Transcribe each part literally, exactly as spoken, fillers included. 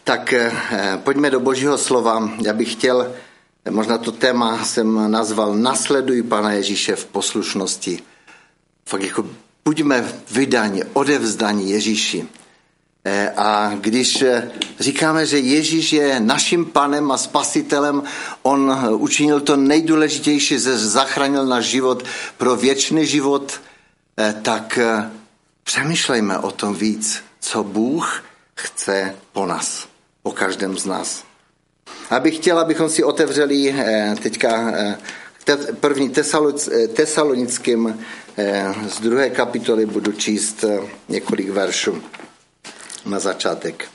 Tak pojďme do Božího slova. Já bych chtěl, možná to téma jsem nazval Nasleduj Pana Ježíše v poslušnosti. Fakt jako buďme vydáni, odevzdaní Ježíši. A když říkáme, že Ježíš je naším panem a spasitelem, on učinil to nejdůležitější, že zachránil náš život pro věčný život, tak přemýšlejme o tom víc, co Bůh chce po nás, po každém z nás. A bych chtěl, abychom si otevřeli teďka první Tesalonickým z druhé kapitoly budu číst několik veršů na začátek.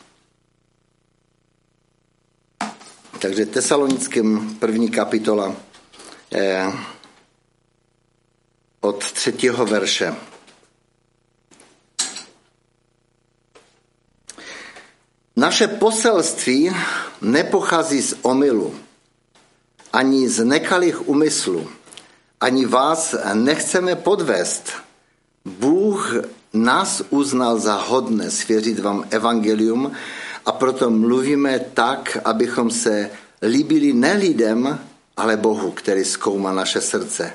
Takže Tesalonickým první kapitola od třetího verše. Naše poselství nepochází z omylu, ani z nekalých úmyslů, ani vás nechceme podvést. Bůh nás uznal za hodné svěřit vám evangelium a proto mluvíme tak, abychom se líbili ne lidem, ale Bohu, který zkoumá naše srdce.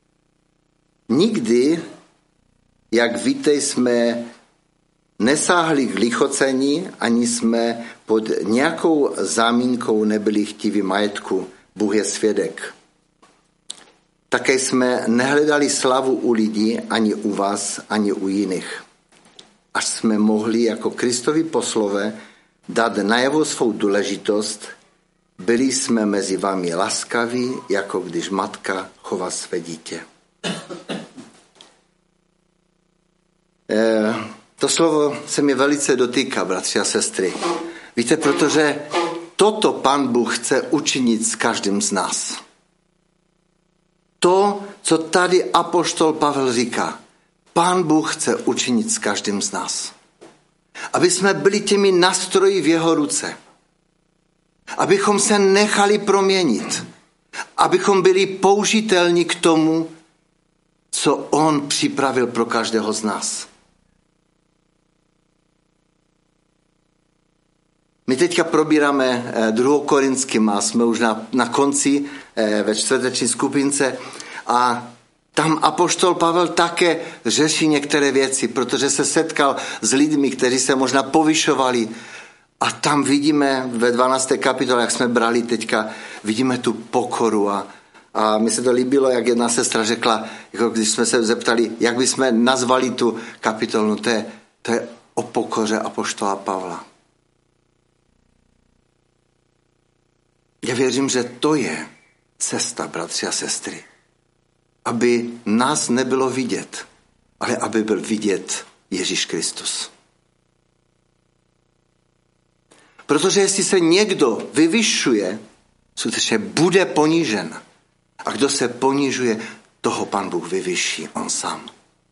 Nikdy, jak víte, jsme nesáhli k lichocení, ani jsme pod nějakou zámínkou nebyli chtiví majetku. Bůh je svědek. Také jsme nehledali slavu u lidí, ani u vás, ani u jiných. Až jsme mohli jako Kristovi poslové dát najevo svou důležitost, byli jsme mezi vámi laskaví, jako když matka chová své dítě. E, to slovo se mi velice dotýká, bratři a sestry. Víte, protože toto Pán Bůh chce učinit s každým z nás. To, co tady apoštol Pavel říká, Pán Bůh chce učinit s každým z nás. Aby jsme byli těmi nástroji v jeho ruce. Abychom se nechali proměnit. Abychom byli použitelní k tomu, co on připravil pro každého z nás. My teďka probíráme druhou Korinským a jsme už na, na konci ve čtvrteční skupince a tam apoštol Pavel také řeší některé věci, protože se setkal s lidmi, kteří se možná povyšovali a tam vidíme ve dvanácté kapitole, jak jsme brali teďka, vidíme tu pokoru a, a mi se to líbilo, jak jedna sestra řekla, jako když jsme se zeptali, jak bychom nazvali tu kapitolu, no to je, to je o pokoře apoštola Pavla. Já věřím, že to je cesta, bratři a sestry. Aby nás nebylo vidět, ale aby byl vidět Ježíš Kristus. Protože jestli se někdo vyvyšuje, skutečně bude ponížen. A kdo se ponižuje, toho Pán Bůh vyvyší, on sám.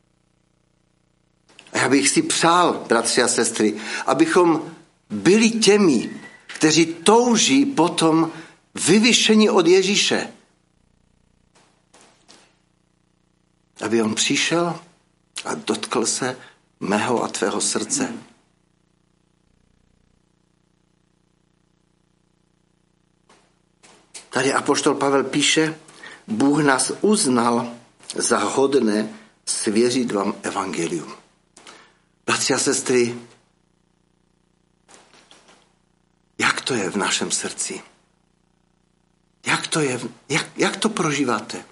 A já bych si přál, bratři a sestry, abychom byli těmi, kteří touží potom vyvyšení od Ježíše. Aby on přišel a dotkl se mého a tvého srdce. Tady apoštol Pavel píše, Bůh nás uznal za hodné svěřit vám evangelium. Bratři a sestry, jak to je v našem srdci? Jak to je? Jak, jak to prožíváte?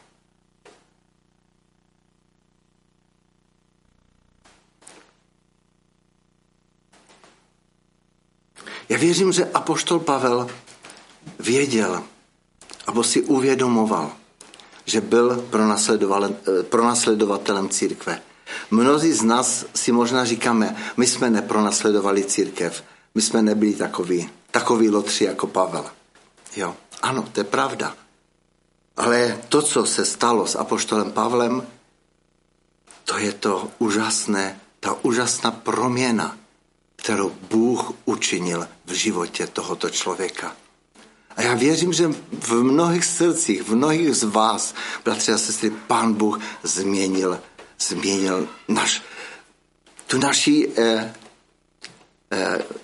Já věřím, že apoštol Pavel věděl, nebo si uvědomoval, že byl pronásledovatelem církve. Mnozí z nás si možná říkáme, my jsme nepronásledovali církev, my jsme nebyli takoví, takoví lotři jako Pavel. Jo, ano, to je pravda. Ale to, co se stalo s apoštolem Pavlem, to je to úžasné, ta úžasná proměna, kterou Bůh učinil v životě tohoto člověka. A já věřím, že v mnohých srdcích, v mnohých z vás, bratři a sestry, Pán Bůh změnil, změnil naš, tu naši, eh, eh,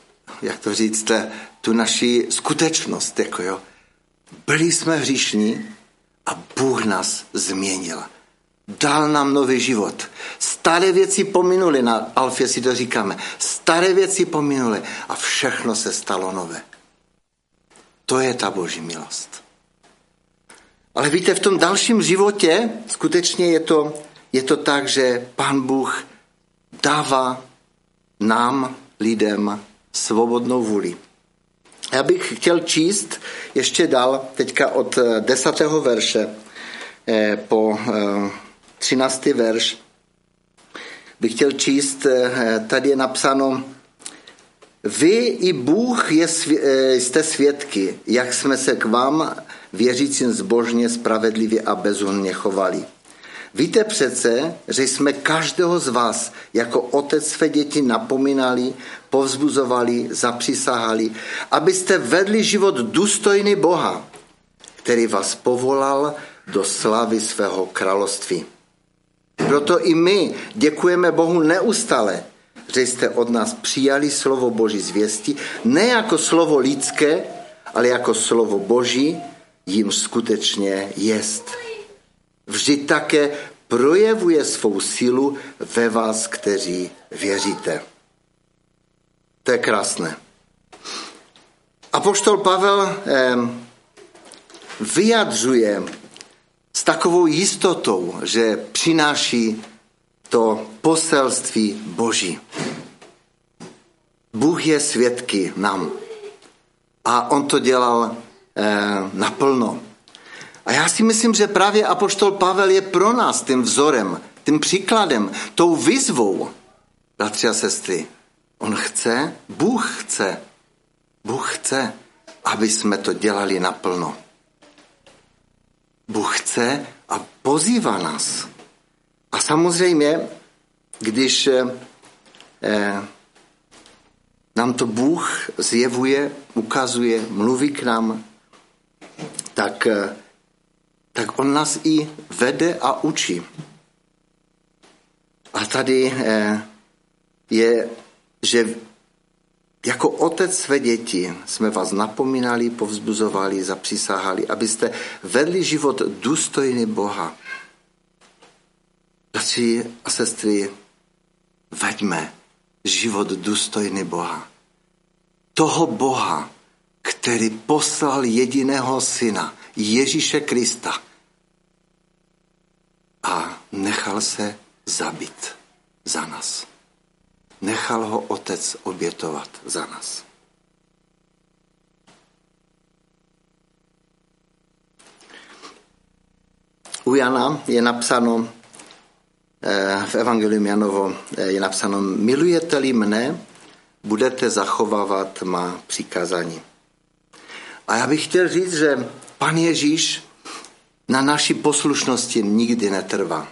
jak to říct, tu naši skutečnost. Jako jo. Byli jsme hříšní a Bůh nás změnil. Dal nám nový život. Staré věci pominuly, na Alfě si to říkáme. Staré věci pominuly a všechno se stalo nové. To je ta Boží milost. Ale víte, v tom dalším životě skutečně je to, je to tak, že Pán Bůh dává nám, lidem, svobodnou vůli. Já bych chtěl číst ještě dál, teďka od desátého verše po třináctý verš. Bych chtěl číst, tady je napsáno: Vy i Bůh je, jste svědky, jak jsme se k vám věřícím zbožně, spravedlivě a bezúhonně chovali. Víte přece, že jsme každého z vás jako otec své děti napomínali, povzbuzovali, zapřísahali, abyste vedli život důstojný Boha, který vás povolal do slávy svého království. Proto i my děkujeme Bohu neustále, že jste od nás přijali slovo Boží zvěsti, ne jako slovo lidské, ale jako slovo Boží, jim skutečně jest. Vždy také projevuje svou sílu ve vás, kteří věříte. To je krásné. Apoštol Pavel eh, vyjadřuje s takovou jistotou, že přináší to poselství Boží. Bůh je svědky nám. A on to dělal eh, naplno. A já si myslím, že právě apoštol Pavel je pro nás tím vzorem, tím příkladem, tou výzvou, bratři a sestry. On chce, Bůh chce, Bůh chce, aby jsme to dělali naplno. Bůh chce a pozývá nás. A samozřejmě, když eh, nám to Bůh zjevuje, ukazuje, mluví k nám, tak, eh, tak on nás i vede a učí. A tady eh, je, že jako otec své děti jsme vás napomínali, povzbuzovali, zapřísahali, abyste vedli život důstojný Boha. Bratři a sestry, veďme život důstojný Boha. Toho Boha, který poslal jediného syna, Ježíše Krista, a nechal se zabít za nás. Nechal ho Otec obětovat za nás. U Jana je napsáno, v Evangelium Janovo je napsáno: milujete-li mne, budete zachovávat má přikázání. A já bych chtěl říct, že Pan Ježíš na naší poslušnosti nikdy netrvá.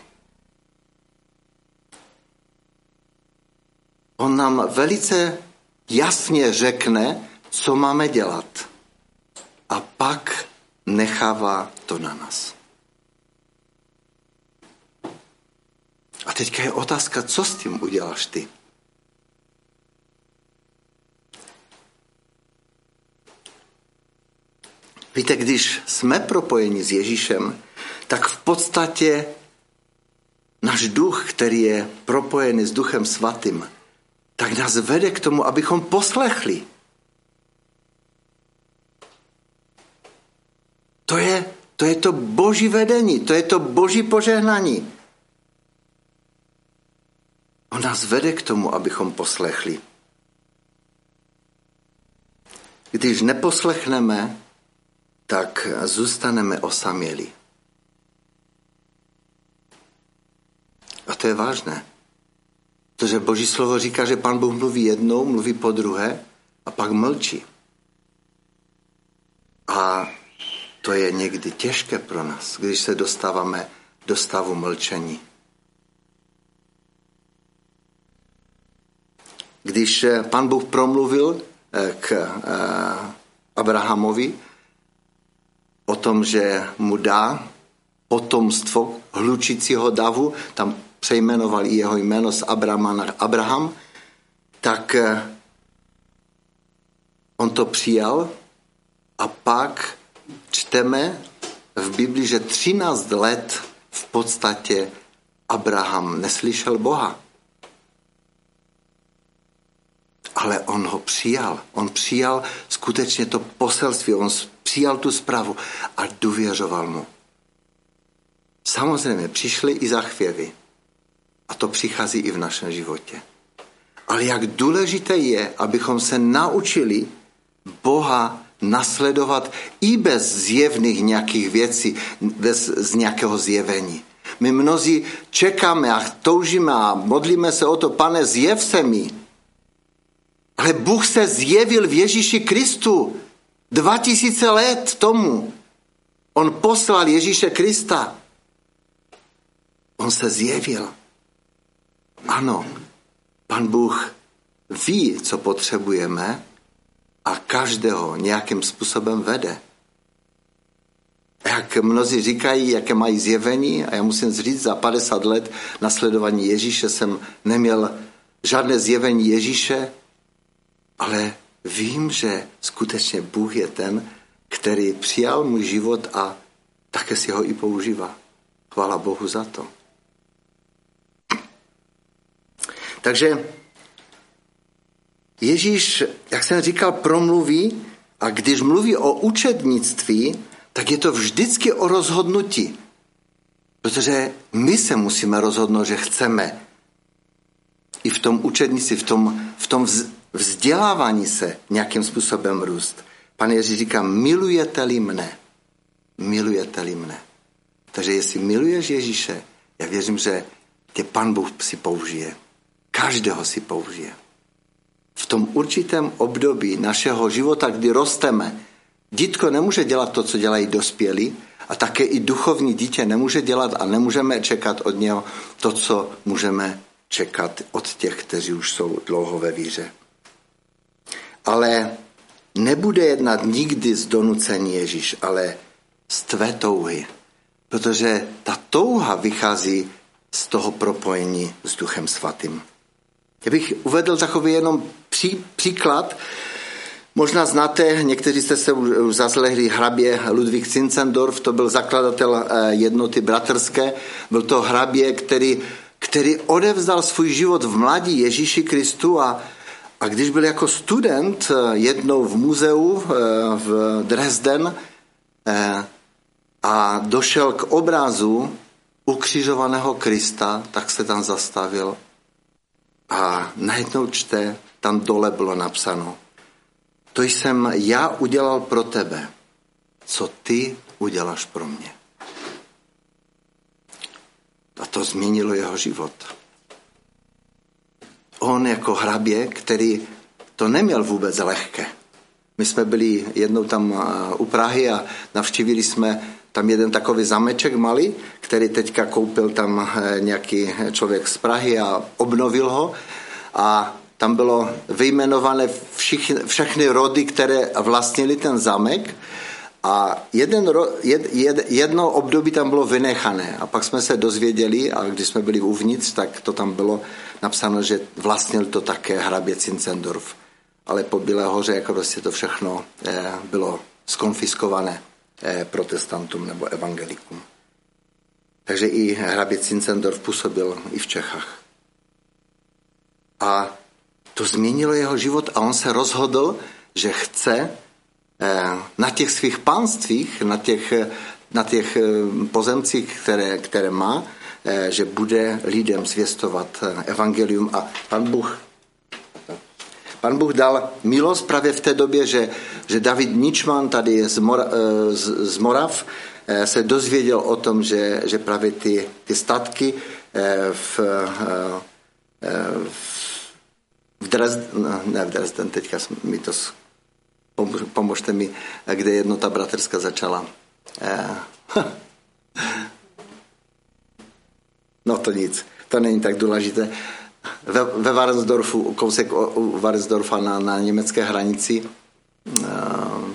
On nám velice jasně řekne, co máme dělat. A pak nechává to na nás. A teďka je otázka, co s tím uděláš ty? Víte, když jsme propojeni s Ježíšem, tak v podstatě náš duch, který je propojený s Duchem Svatým, tak nás vede k tomu, abychom poslechli. To je, to je to Boží vedení, to je to Boží požehnání. On nás vede k tomu, abychom poslechli. Když neposlechneme, tak zůstaneme osamělí. A to je vážné. Protože Boží slovo říká, že Pán Bůh mluví jednou, mluví po druhé a pak mlčí. A to je někdy těžké pro nás, když se dostáváme do stavu mlčení. Když Pán Bůh promluvil k Abrahamovi o tom, že mu dá potomstvo hlučícího davu, tam přejmenoval i jeho jméno z Abrahama na Abraham, tak on to přijal a pak čteme v Biblii, že třináct let v podstatě Abraham neslyšel Boha. Ale on ho přijal. On přijal skutečně to poselství. On přijal tu zprávu a důvěřoval mu. Samozřejmě přišly i záchvěvy. A to přichází i v našem životě. Ale jak důležité je, abychom se naučili Boha nasledovat i bez zjevných nějakých věcí, bez z nějakého zjevení. My mnozí čekáme a toužíme a modlíme se o to, Pane, zjev se mi. Ale Bůh se zjevil v Ježíši Kristu dva tisíce let tomu. On poslal Ježíše Krista. On se zjevil. Ano, Pan Bůh ví, co potřebujeme a každého nějakým způsobem vede. Jak mnozí říkají, jaké mají zjevení, a já musím říct, za padesát let nasledování Ježíše jsem neměl žádné zjevení Ježíše, ale vím, že skutečně Bůh je ten, který přijal můj život a také si ho i používá. Chvála Bohu za to. Takže Ježíš, jak jsem říkal, promluví a když mluví o učednictví, tak je to vždycky o rozhodnutí. Protože my se musíme rozhodnout, že chceme i v tom učednictví, v tom, v tom vzdělávání se nějakým způsobem růst. Pan Ježíš říká, milujete-li mne, milujete-li mne. Takže jestli miluješ Ježíše, já věřím, že tě Pan Bůh si použije. Každého si použije. V tom určitém období našeho života, kdy rosteme, dítko nemůže dělat to, co dělají dospělí, a také i duchovní dítě nemůže dělat a nemůžeme čekat od něho to, co můžeme čekat od těch, kteří už jsou dlouho ve víře. Ale nebude jednat nikdy z donucení Ježíš, ale z tvé touhy. Protože ta touha vychází z toho propojení s Duchem Svatým. Já bych uvedl takový jenom pří, příklad. Možná znáte, někteří jste se už zaslechli hrabě Ludvík Zinzendorf, to byl zakladatel jednoty bratrské, byl to hrabě, který, který odevzdal svůj život v mládí Ježíši Kristu a, a když byl jako student jednou v muzeu v Dresden a došel k obrazu ukřižovaného Krista, tak se tam zastavil a najednou čte, tam dole bylo napsáno: to jsem já udělal pro tebe, co ty uděláš pro mě. A to změnilo jeho život. On jako hrabě, který to neměl vůbec lehké. My jsme byli jednou tam u Prahy a navštívili jsme tam jeden takový zameček malý, který teďka koupil tam nějaký člověk z Prahy a obnovil ho. A tam bylo vyjmenované všichni, všechny rody, které vlastnili ten zámek. A jeden, jed, jed, jedno období tam bylo vynechané. A pak jsme se dozvěděli, a když jsme byli uvnitř, tak to tam bylo napsáno, že vlastnil to také hrabě Zinzendorf. Ale po Bílé hoře jako prostě to všechno eh, bylo skonfiskované eh, protestantům nebo evangelikům. Takže i hrabě Zinzendorf působil i v Čechách. A to změnilo jeho život a on se rozhodl, že chce eh, na těch svých pánstvích, na těch, na těch pozemcích, které, které má, eh, že bude lidem zvěstovat evangelium. A pan Bůh Pan Bůh dal milost právě v té době, že, že David Ničman tady z, Mora, z, z Morav se dozvěděl o tom, že, že právě ty, ty statky v, v Dresden, ne v Dresden, teďka mi to, pomožte mi, kde jednota bratrská začala. No to nic, to není tak důležité. Ve, ve Varnsdorfu, kousek u Varnsdorfa na, na německé hranici,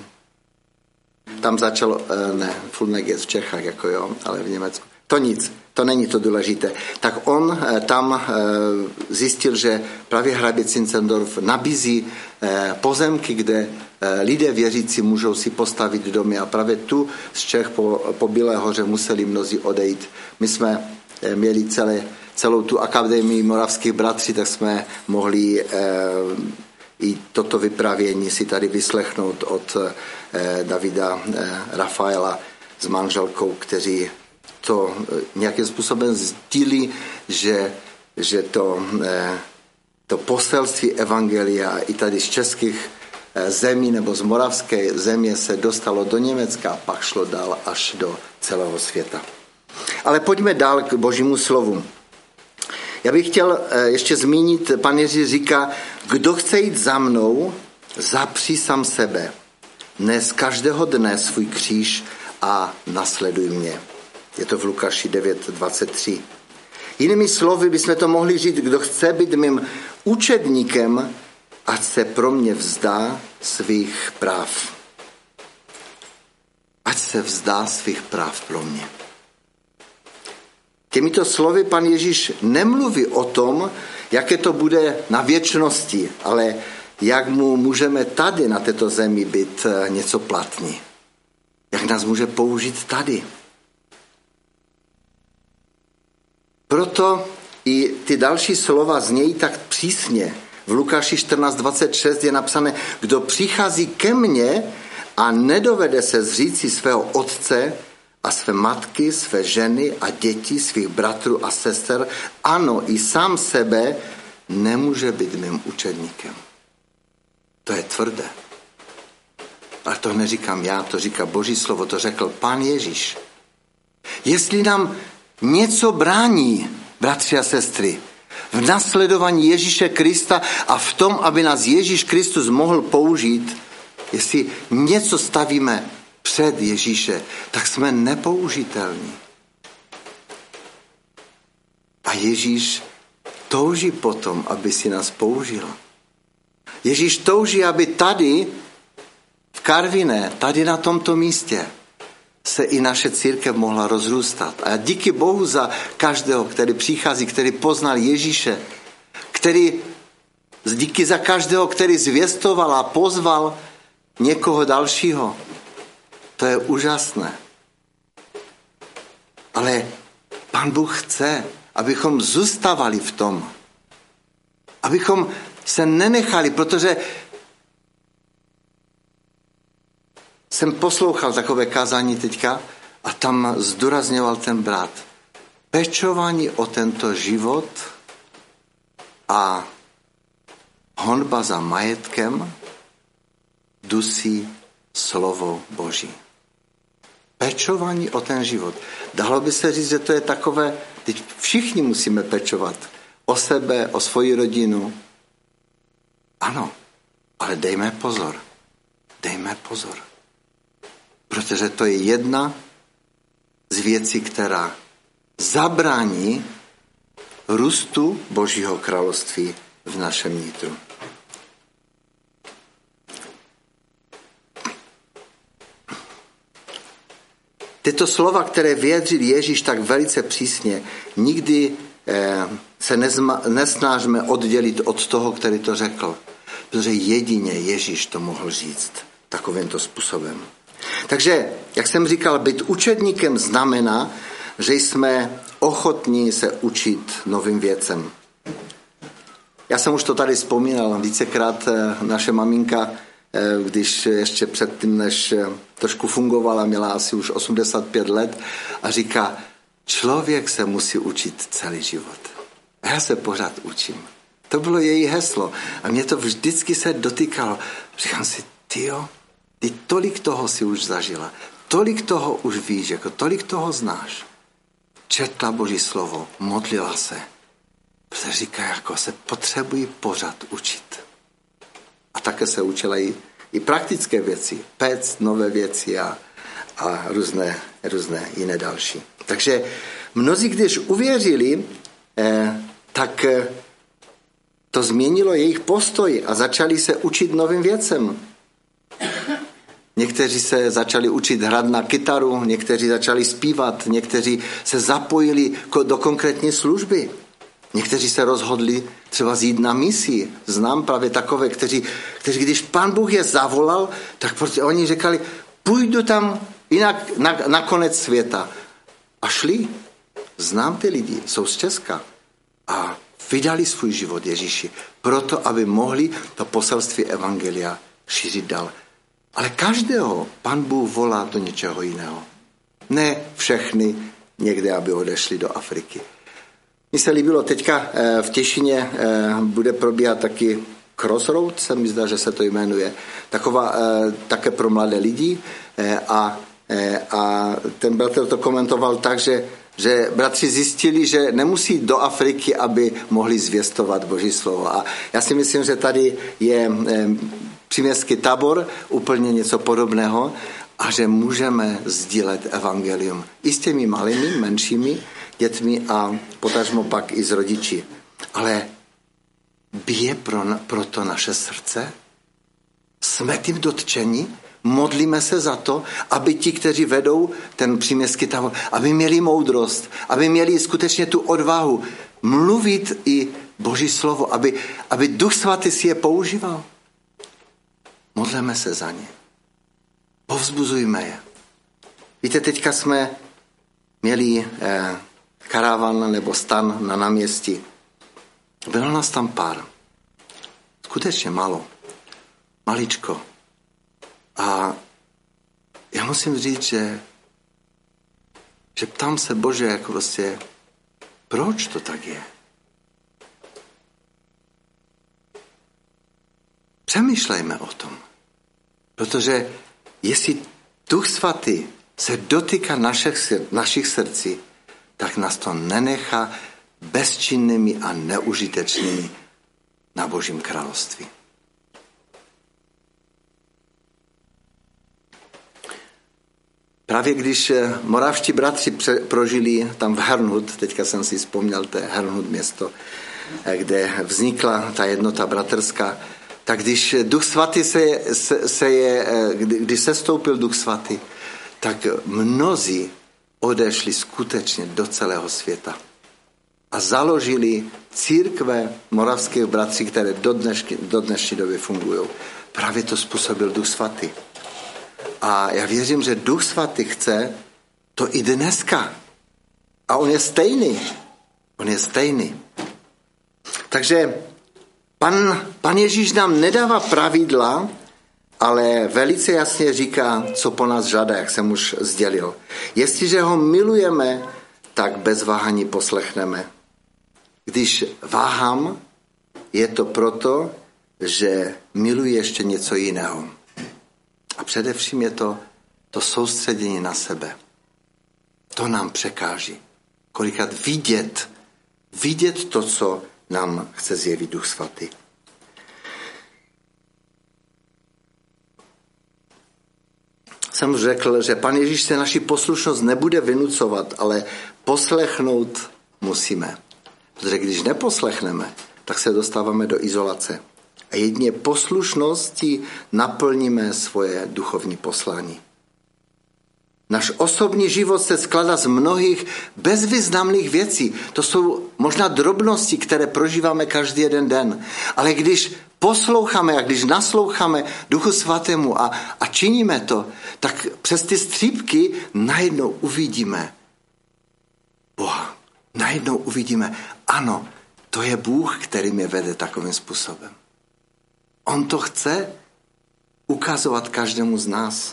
tam začalo, ne, Fulnek je v Čechách, jako jo, ale v Německu. To nic, to není to důležité. Tak on tam zjistil, že právě hrabě Zinzendorf nabízí pozemky, kde lidé věřící můžou si postavit domy a právě tu z Čech po, po Bílé hoře museli mnozí odejít. My jsme měli celé, celou tu akademii moravských bratří, tak jsme mohli i toto vyprávění si tady vyslechnout od Davida Rafaela s manželkou, kteří to nějakým způsobem sdílí, že, že to, to poselství evangelia i tady z českých zemí nebo z moravské země se dostalo do Německa a pak šlo dál až do celého světa. Ale pojďme dál k Božímu slovu. Já bych chtěl ještě zmínit, pan Ježíš říká, kdo chce jít za mnou, zapři sám sebe. Dnes každého dne svůj kříž a nasleduj mě. Je to v Lukáši devět dvacet tři. Jinými slovy bychom to mohli říct, kdo chce být mým učedníkem, ať se pro mě vzdá svých práv. Ať se vzdá svých práv pro mě. Těmito slovy pan Ježíš nemluví o tom, jaké to bude na věčnosti, ale jak mu můžeme tady na této zemi být něco platní. Jak nás může použít tady. Proto i ty další slova znějí tak přísně. V Lukáši čtrnáct dvacet šest je napsané, kdo přichází ke mně a nedovede se zříci svého otce a své matky, své ženy a děti, svých bratrů a sester, ano, i sám sebe, nemůže být mým učedníkem. To je tvrdé. Ale to neříkám já, to říká Boží slovo, to řekl Pán Ježíš. Jestli nám něco brání, bratři a sestry, v nasledování Ježíše Krista a v tom, aby nás Ježíš Kristus mohl použít, jestli něco stavíme před Ježíše, tak jsme nepoužitelní. A Ježíš touží potom, aby si nás použil. Ježíš touží, aby tady v Karviné, tady na tomto místě se i naše církev mohla rozrůstat. A díky Bohu za každého, který přichází, který poznal Ježíše, který, díky za každého, který zvěstoval a pozval někoho dalšího. To je úžasné. Ale Pán Bůh chce, abychom zůstávali v tom. Abychom se nenechali, protože jsem poslouchal takové kázání teďka a tam zdůrazňoval ten brat. Pečování o tento život a honba za majetkem dusí slovo Boží. Pečování o ten život. Dalo by se říct, že to je takové, teď všichni musíme pečovat o sebe, o svoji rodinu. Ano, ale dejme pozor. Dejme pozor. Protože to je jedna z věcí, která zabrání růstu Božího království v našem nitru. Tyto slova, které vyjadřil Ježíš tak velice přísně, nikdy eh, se nezma, nesnážme oddělit od toho, který to řekl. Protože jedině Ježíš to mohl říct takovýmto způsobem. Takže, jak jsem říkal, být učedníkem znamená, že jsme ochotní se učit novým věcem. Já jsem už to tady vzpomínal vícekrát, naše maminka, když ještě předtím, než trošku fungovala, měla asi už osmdesát pět let a říká, člověk se musí učit celý život. A já se pořád učím. To bylo její heslo. A mě to vždycky se dotýkalo. Říkám si, tyjo, ty tolik toho si už zažila, tolik toho už víš, jako tolik toho znáš. Četla Boží slovo, modlila se. Protože říká, jako se potřebují pořád učit. A také se učila i, i praktické věci, péct nové věci a, a různé, různé jiné další. Takže mnozí, když uvěřili, eh, tak eh, to změnilo jejich postoj a začali se učit novým věcem. Někteří se začali učit hrát na kytaru, někteří začali zpívat, někteří se zapojili do konkrétní služby. Někteří se rozhodli třeba jít na misi. Znám právě takové, kteří, kteří když Pán Bůh je zavolal, tak prostě oni říkali, půjdu tam jinak na, na konec světa. A šli. Znám ty lidi, jsou z Česka. A vydali svůj život Ježíši, proto, aby mohli to poselství evangelia šířit dál. Ale každého Pán Bůh volá do něčeho jiného. Ne všechny někde, aby odešli do Afriky. Mně se líbilo, teďka v Těšíně bude probíhat taky Crossroads, se mi zdá, že se to jmenuje, taková také pro mladé lidi a, a ten bratr to komentoval tak, že, že bratři zjistili, že nemusí jít do Afriky, aby mohli zvěstovat Boží slovo. A já si myslím, že tady je příměstský tábor, úplně něco podobného a že můžeme sdílet evangelium i s těmi malými, menšími dětmi a potažmo pak i s rodiči. Ale bije pro, pro to naše srdce? Jsme tím dotčeni? Modlíme se za to, aby ti, kteří vedou ten příměstský tábor, aby měli moudrost, aby měli skutečně tu odvahu mluvit i Boží slovo, aby, aby Duch Svatý si je používal. Modleme se za ně. Povzbuzujme je. Víte, teďka jsme měli eh, karavan nebo stan na náměstí. Bylo nás tam pár. Skutečně málo. Maličko. A já musím říct, že, že ptám se Bože, jako prostě, proč to tak je? Přemýšlejme o tom. Protože jestli Duch Svatý se dotýká našich, našich srdcí, tak nás to nenechá bezčinnými a neužitečnými na Božím království. Právě když moravští bratři prožili tam v Herrnhut, teďka jsem si vzpomněl, to je Herrnhut město, kde vznikla ta jednota bratrská, tak když Duch Svatý se, se, se je, když se stoupil Duch Svatý, tak mnozí odešli skutečně do celého světa a založili církve moravských bratří, které do dnešní, do dnešní doby fungují. Právě to způsobil Duch Svatý. A já věřím, že Duch Svatý chce to i dneska. A on je stejný. On je stejný. Takže pan, pan Ježíš nám nedává pravidla, ale velice jasně říká, co po nás žádá, jak jsem už sdělil. Jestliže ho milujeme, tak bez váhání poslechneme. Když váhám, je to proto, že miluji ještě něco jiného. A především je to to soustředění na sebe. To nám překáží. Kolikrát vidět, vidět to, co nám chce zjevit Duch Svatý. Jsem řekl, že Pan Ježíš se naši poslušnost nebude vynucovat, ale poslechnout musíme. Protože když neposlechneme, tak se dostáváme do izolace. A jedině poslušností naplníme svoje duchovní poslání. Náš osobní život se skládá z mnohých bezvýznamných věcí. To jsou možná drobnosti, které prožíváme každý jeden den. Ale když posloucháme a když nasloucháme Duchu Svatému a, a činíme to, tak přes ty střípky najednou uvidíme Boha. Najednou uvidíme, ano, to je Bůh, který mě vede takovým způsobem. On to chce ukazovat každému z nás.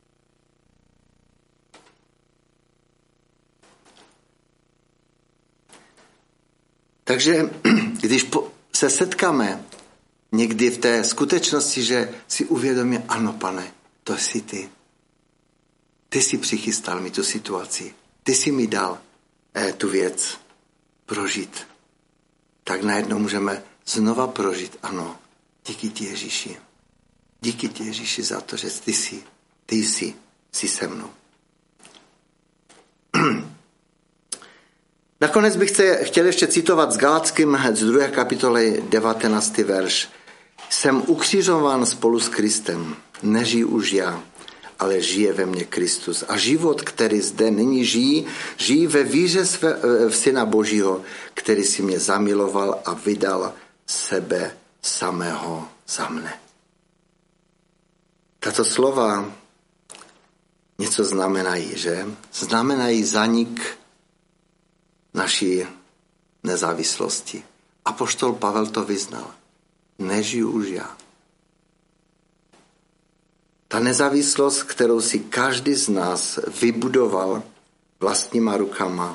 Takže když se setkáme někdy v té skutečnosti, že si uvědomíme, ano, Pane, to jsi ty. Ty jsi přichystal mi tu situaci. Ty jsi mi dal eh, tu věc prožít. Tak najednou můžeme znova prožít, ano, díky ti Ježíši. Díky ti Ježíši za to, že ty jsi, ty jsi, jsi se mnou. Nakonec bych chtěl ještě citovat z Galackým z druhé kapitoly devatenáctý verš. Jsem ukřižován spolu s Kristem, nežij už já, ale žije ve mně Kristus. A život, který zde nyní žijí, žijí ve víře své, v Syna Božího, který si mě zamiloval a vydal sebe samého za mne. Tato slova něco znamenají, že? Znamenají zanik naší nezávislosti. Apoštol Pavel to vyznal. Nežiju už já. Ta nezávislost, kterou si každý z nás vybudoval vlastníma rukama.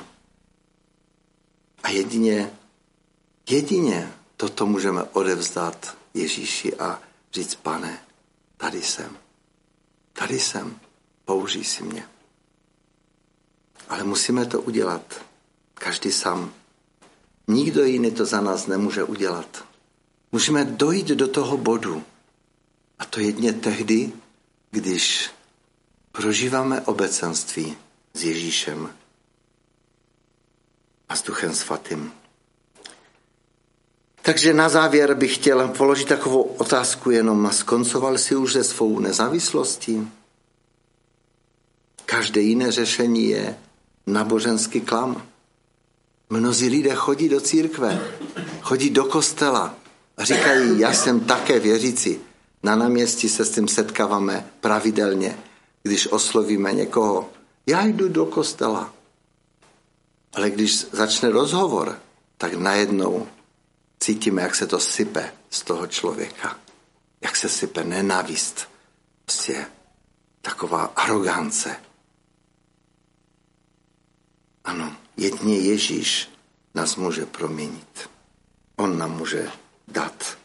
A jedině, jedině toto můžeme odevzdat Ježíši a říct, Pane, tady jsem. Tady jsem. Použij si mě. Ale musíme to udělat. Každý sám. Nikdo jiný to za nás nemůže udělat. Musíme dojít do toho bodu. A to jedině tehdy, když prožíváme obecenství s Ježíšem a s Duchem Svatým. Takže na závěr bych chtěl položit takovou otázku jenom. Skoncoval jsi už se svou nezávislostí? Každé jiné řešení je náboženský klam. Mnozí lidé chodí do církve, chodí do kostela a říkají, já jsem také věřící. Na náměstí se s tím setkáváme pravidelně, když oslovíme někoho. Já jdu do kostela. Ale když začne rozhovor, tak najednou cítíme, jak se to sype z toho člověka. Jak se sype nenávist. Prostě taková arogance. Ano, jedině Ježíš nás může proměnit. On nám může dát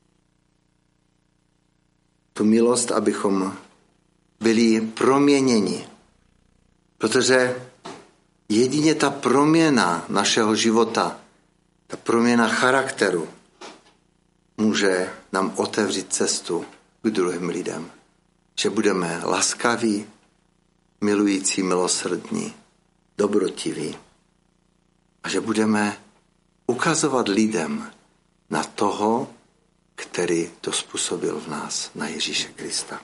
tu milost, abychom byli proměněni. Protože jedině ta proměna našeho života, ta proměna charakteru může nám otevřít cestu k druhým lidem. Že budeme laskaví, milující, milosrdní, dobrotiví. A že budeme ukazovat lidem na toho, který to způsobil v nás, na Ježíše Krista.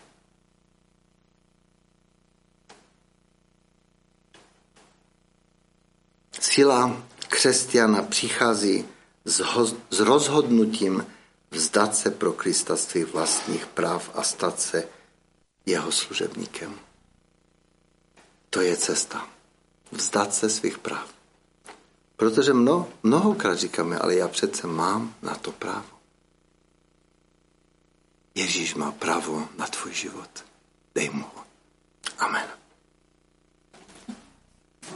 Síla křesťana přichází s, ho- s rozhodnutím vzdát se pro Krista svých vlastních práv a stát se jeho služebníkem. To je cesta. Vzdát se svých práv. Protože mno, mnohokrát říkáme, ale já přece mám na to právo. Ježíš má právo na tvůj život. Dej mu ho. Amen.